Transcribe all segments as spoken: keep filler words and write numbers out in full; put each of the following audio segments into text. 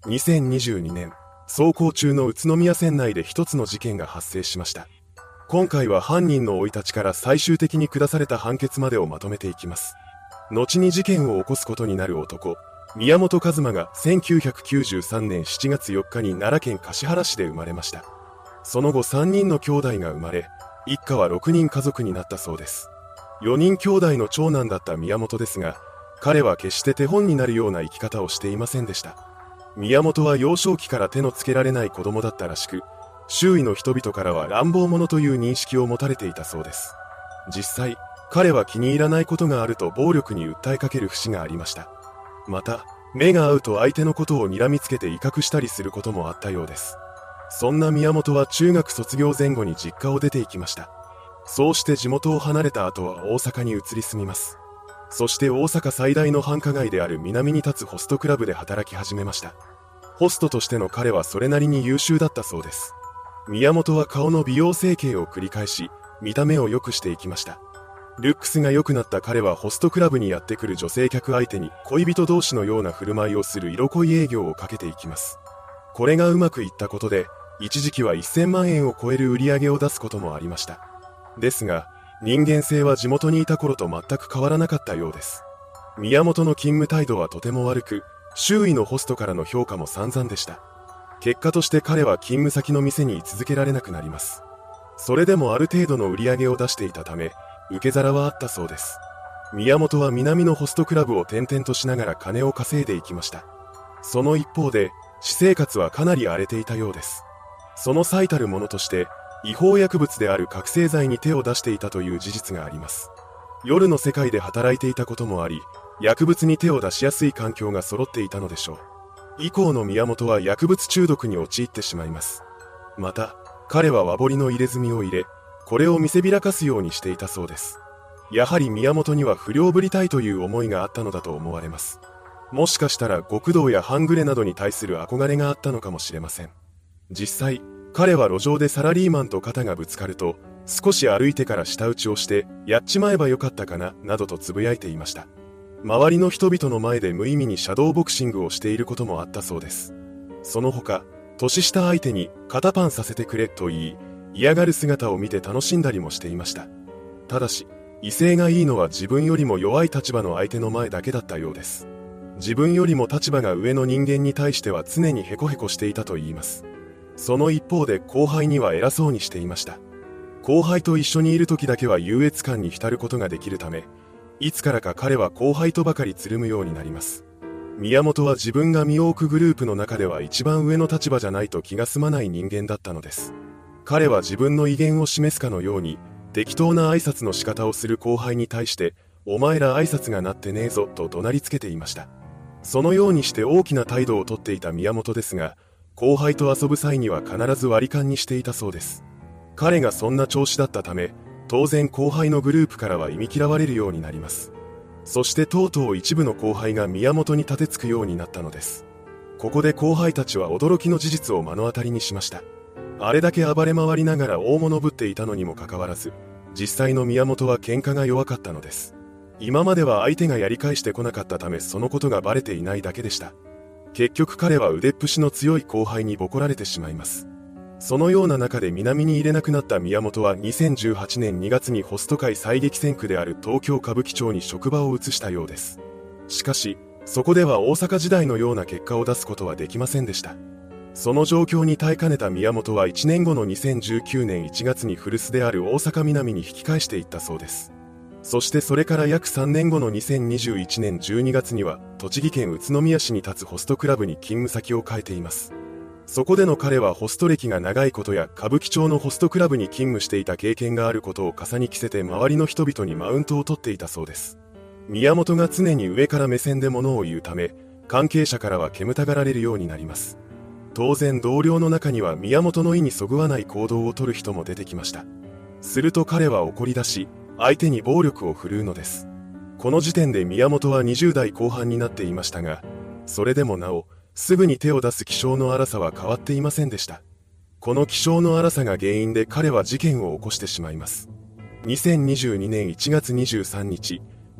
にせんにじゅうにねん、走行中の宇都宮線内で一つの事件が発生しました。今回は犯人の生い立ちから最終的に下された判決までをまとめていきます。後に事件を起こすことになる男、宮本一馬がせんきゅうひゃくきゅうじゅうさんねんしちがつよっかに奈良県橿原市で生まれました。その後さんにんの兄弟が生まれ、一家はろくにん家族になったそうです。よにん兄弟の長男だった宮本ですが、彼は決して手本になるような生き方をしていませんでした。宮本は幼少期から手のつけられない子供だったらしく、周囲の人々からは乱暴者という認識を持たれていたそうです。実際、彼は気に入らないことがあると暴力に訴えかける節がありました。また、目が合うと相手のことを睨みつけて威嚇したりすることもあったようです。そんな宮本は中学卒業前後に実家を出て行きました。そうして地元を離れた後は大阪に移り住みます。そして大阪最大の繁華街である南に立つホストクラブで働き始めました。ホストとしての彼はそれなりに優秀だったそうです。宮本は顔の美容整形を繰り返し、見た目を良くしていきました。ルックスが良くなった彼はホストクラブにやってくる女性客相手に恋人同士のような振る舞いをする色恋営業をかけていきます。これがうまくいったことで、一時期はせんまんえんを超える売り上げを出すこともありました。ですが、人間性は地元にいた頃と全く変わらなかったようです。宮本の勤務態度はとても悪く、周囲のホストからの評価も散々でした。結果として彼は勤務先の店に居続けられなくなります。それでもある程度の売り上げを出していたため、受け皿はあったそうです。宮本は南のホストクラブを転々としながら金を稼いでいきました。その一方で、私生活はかなり荒れていたようです。その最たるものとして、違法薬物である覚醒剤に手を出していたという事実があります。夜の世界で働いていたこともあり、薬物に手を出しやすい環境が揃っていたのでしょう。以降の宮本は薬物中毒に陥ってしまいます。また、彼は和彫りの入れ墨を入れ、これを見せびらかすようにしていたそうです。やはり宮本には不良ぶりたいという思いがあったのだと思われます。もしかしたら極道や半グレなどに対する憧れがあったのかもしれません。実際、彼は路上でサラリーマンと肩がぶつかると、少し歩いてから舌打ちをして、やっちまえばよかったかな、などとつぶやいていました。周りの人々の前で無意味にシャドーボクシングをしていることもあったそうです。その他、年下相手に肩パンさせてくれと言い、嫌がる姿を見て楽しんだりもしていました。ただし、威勢がいいのは自分よりも弱い立場の相手の前だけだったようです。自分よりも立場が上の人間に対しては常にヘコヘコしていたと言います。その一方で後輩には偉そうにしていました。後輩と一緒にいる時だけは優越感に浸ることができるため、いつからか彼は後輩とばかりつるむようになります。宮本は自分が身を置くグループの中では一番上の立場じゃないと気が済まない人間だったのです。彼は自分の威厳を示すかのように、適当な挨拶の仕方をする後輩に対して、お前ら挨拶がなってねえぞと怒鳴りつけていました。そのようにして大きな態度をとっていた宮本ですが、後輩と遊ぶ際には必ず割り勘にしていたそうです。彼がそんな調子だったため、当然後輩のグループからは忌み嫌われるようになります。そしてとうとう一部の後輩が宮本に立てつくようになったのです。ここで後輩たちは驚きの事実を目の当たりにしました。あれだけ暴れ回りながら大物ぶっていたのにもかかわらず、実際の宮本は喧嘩が弱かったのです。今までは相手がやり返してこなかったためそのことがバレていないだけでした。結局彼は腕っぷしの強い後輩にボコられてしまいます。そのような中で南に入れなくなった宮本はにせんじゅうはちねんにがつにホスト界最激戦区である東京歌舞伎町に職場を移したようです。しかし、そこでは大阪時代のような結果を出すことはできませんでした。その状況に耐えかねた宮本はいちねんごのにせんじゅうきゅうねんいちがつに古巣である大阪南に引き返していったそうです。そしてそれから約さんねんごのにせんにじゅういちねんじゅうにがつには栃木県宇都宮市に立つホストクラブに勤務先を変えています。そこでの彼はホスト歴が長いことや歌舞伎町のホストクラブに勤務していた経験があることを重に着せて周りの人々にマウントを取っていたそうです。宮本が常に上から目線で物を言うため、関係者からは煙たがられるようになります。当然同僚の中には宮本の意にそぐわない行動を取る人も出てきました。すると彼は怒り出し、相手に暴力を振るうのです。この時点で宮本はにじゅう代後半になっていましたが、それでもなお、すぐに手を出す気性の荒さは変わっていませんでした。この気性の荒さが原因で彼は事件を起こしてしまいます。にせんにじゅうにねんいちがつにじゅうさんにち、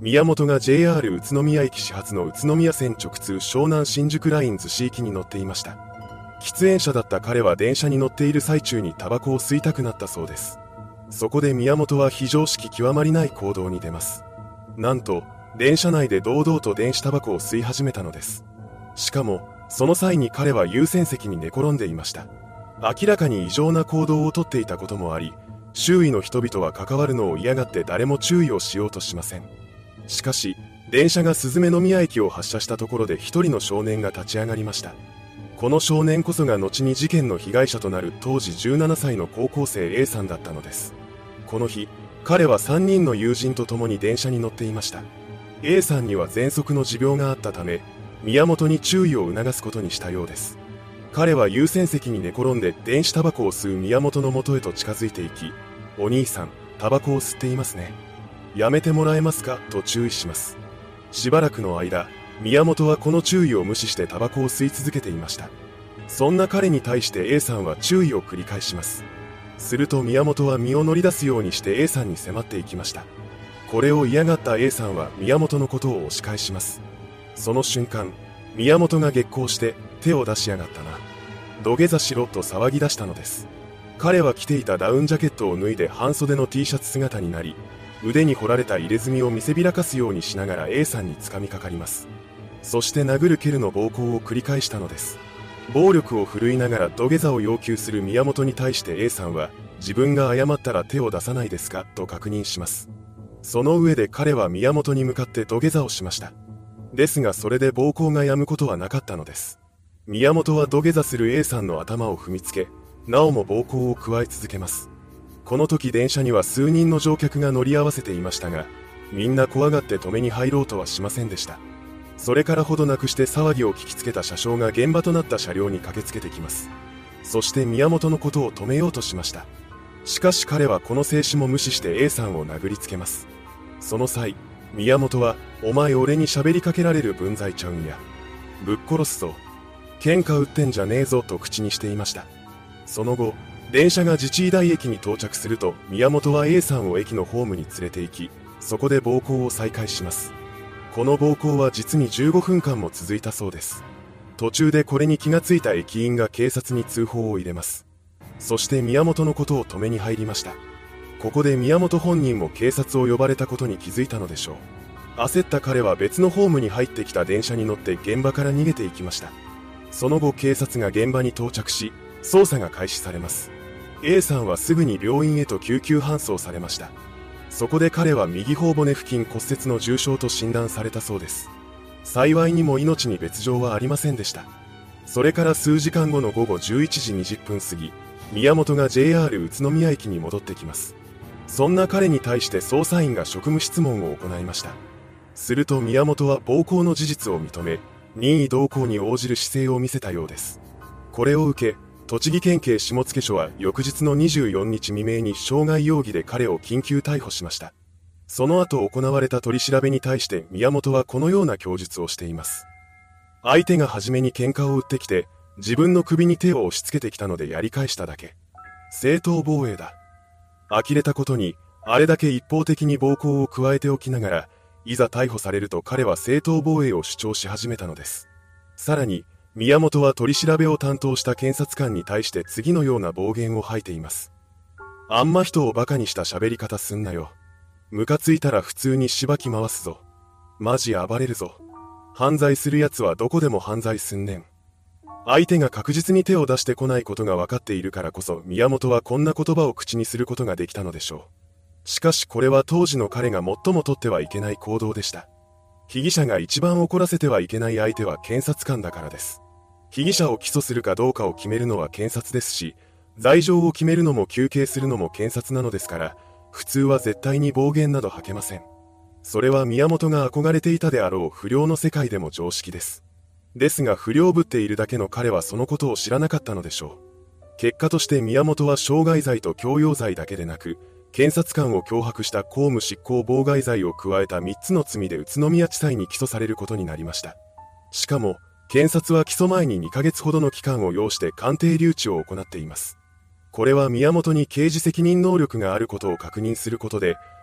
宮本が ジェイアール 宇都宮駅始発の宇都宮線直通湘南新宿ライン逗子行きに乗っていました。喫煙者だった彼は電車に乗っている最中にタバコを吸いたくなったそうです。そこで宮本は非常識極まりない行動に出ます。なんと、電車内で堂々と電子タバコを吸い始めたのです。しかも、その際に彼は優先席に寝転んでいました。明らかに異常な行動をとっていたこともあり、周囲の人々は関わるのを嫌がって誰も注意をしようとしません。しかし、電車が鈴目宮駅を発車したところで一人の少年が立ち上がりました。この少年こそが後に事件の被害者となる当時じゅうななさいの高校生 A さんだったのです。この日、彼はさんにんの友人と共に電車に乗っていました。A さんには喘息の持病があったため、宮本に注意を促すことにしたようです。彼は優先席に寝転んで電子タバコを吸う宮本の元へと近づいていき、お兄さん、タバコを吸っていますね。やめてもらえますかと注意します。しばらくの間、宮本はこの注意を無視してタバコを吸い続けていました。そんな彼に対して A さんは注意を繰り返します。すると宮本は身を乗り出すようにして A さんに迫っていきました。これを嫌がった A さんは宮本のことを押し返します。その瞬間、宮本が激高して手を出しやがったな。土下座しろと騒ぎ出したのです。彼は着ていたダウンジャケットを脱いで半袖の T シャツ姿になり、腕に彫られた入れ墨を見せびらかすようにしながら A さんに掴みかかります。そして殴る蹴るの暴行を繰り返したのです。暴力を振るいながら土下座を要求する宮本に対して A さんは、自分が謝ったら手を出さないですかと確認します。その上で彼は宮本に向かって土下座をしました。ですがそれで暴行が止むことはなかったのです。宮本は土下座する A さんの頭を踏みつけ、なおも暴行を加え続けます。この時電車には数人の乗客が乗り合わせていましたが、みんな怖がって止めに入ろうとはしませんでした。それからほどなくして騒ぎを聞きつけた車掌が現場となった車両に駆けつけてきます。そして宮本のことを止めようとしました。しかし彼はこの静止も無視して A さんを殴りつけます。その際、宮本は、お前俺に喋りかけられる分際ちゃうんや。ぶっ殺すぞ。喧嘩売ってんじゃねえぞと口にしていました。その後、電車が自治医大駅に到着すると、宮本は A さんを駅のホームに連れて行き、そこで暴行を再開します。この暴行は実にじゅうごふんかんも続いたそうです。途中でこれに気がついた駅員が警察に通報を入れます。そして宮本のことを止めに入りました。ここで宮本本人も警察を呼ばれたことに気づいたのでしょう。焦った彼は別のホームに入ってきた電車に乗って現場から逃げていきました。その後警察が現場に到着し、捜査が開始されます。A さんはすぐに病院へと救急搬送されました。そこで彼は右頬骨付近骨折の重傷と診断されたそうです。幸いにも命に別状はありませんでした。それから数時間後の午後じゅういちじにじゅっぷん過ぎ、宮本が ジェイアール 宇都宮駅に戻ってきます。そんな彼に対して捜査員が職務質問を行いました。すると宮本は暴行の事実を認め、任意同行に応じる姿勢を見せたようです。これを受け、栃木県警下野署は翌日のにじゅうよっか未明に傷害容疑で彼を緊急逮捕しました。その後行われた取り調べに対して宮本はこのような供述をしています。相手が初めに喧嘩を売ってきて、自分の首に手を押し付けてきたのでやり返しただけ。正当防衛だ。呆れたことに、あれだけ一方的に暴行を加えておきながら、いざ逮捕されると彼は正当防衛を主張し始めたのです。さらに、宮本は取り調べを担当した検察官に対して次のような暴言を吐いています。あんま人をバカにした喋り方すんなよ。ムカついたら普通にしばき回すぞ。マジ暴れるぞ。犯罪する奴はどこでも犯罪すんねん。相手が確実に手を出してこないことが分かっているからこそ宮本はこんな言葉を口にすることができたのでしょう。しかしこれは当時の彼が最も取ってはいけない行動でした。被疑者が一番怒らせてはいけない相手は検察官だからです。被疑者を起訴するかどうかを決めるのは検察ですし、罪状を決めるのも求刑するのも検察なのですから、普通は絶対に暴言など吐けません。それは宮本が憧れていたであろう不良の世界でも常識です。ですが不良ぶっているだけの彼はそのことを知らなかったのでしょう。結果として宮本は傷害罪と強要罪だけでなく、検察官を脅迫した公務執行妨害罪を加えたみっつの罪で宇都宮地裁に起訴されることになりました。しかも、検察は起訴前ににかげつほどの期間を要して鑑定留置を行っています。これは宮本に刑事責任能力があることを確認することで、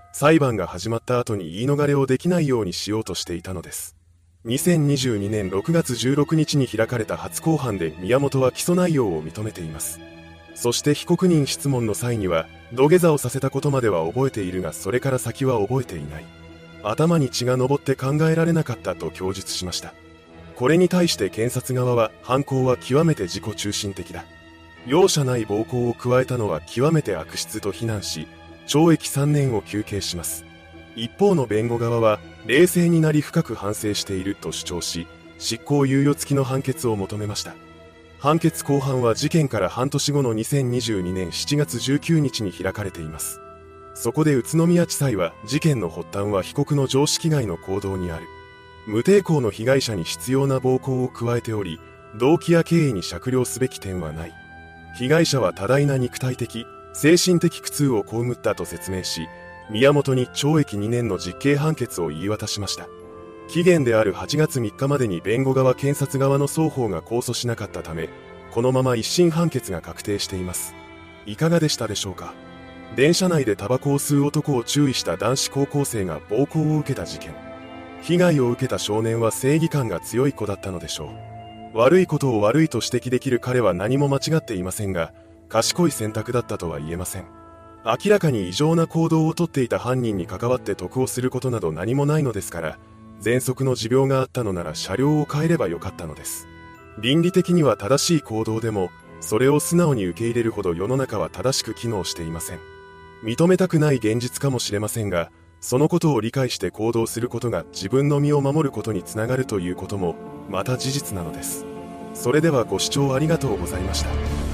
裁判が始まった後に言い逃れをできないようにしようとしていたのです。にせんにじゅうにねんろくがつじゅうろくにちに開かれた初公判で宮本は起訴内容を認めています。そして被告人質問の際には、土下座をさせたことまでは覚えているがそれから先は覚えていない。頭に血が上って考えられなかったと供述しました。これに対して検察側は、犯行は極めて自己中心的だ。容赦ない暴行を加えたのは極めて悪質と非難し、懲役さんねんを求刑します。一方の弁護側は、冷静になり深く反省していると主張し、執行猶予付きの判決を求めました。判決公判は事件から半年後のにせんにじゅうにねんしちがつじゅうくにちに開かれています。そこで宇都宮地裁は、事件の発端は被告の常識外の行動にある。無抵抗の被害者に執拗な暴行を加えており、動機や経緯に酌量すべき点はない。被害者は多大な肉体的、精神的苦痛を被ったと説明し、宮本にちょうえきにねんの実刑判決を言い渡しました。期限であるはちがつみっかまでに弁護側検察側の双方が控訴しなかったため、このまま一審判決が確定しています。いかがでしたでしょうか。電車内でタバコを吸う男を注意した男子高校生が暴行を受けた事件。被害を受けた少年は正義感が強い子だったのでしょう。悪いことを悪いと指摘できる彼は何も間違っていませんが、賢い選択だったとは言えません。明らかに異常な行動をとっていた犯人に関わって得をすることなど何もないのですから、喘息の持病があったのなら車両を変えればよかったのです。倫理的には正しい行動でも、それを素直に受け入れるほど世の中は正しく機能していません。認めたくない現実かもしれませんが、そのことを理解して行動することが自分の身を守ることにつながるということも、また事実なのです。それではご視聴ありがとうございました。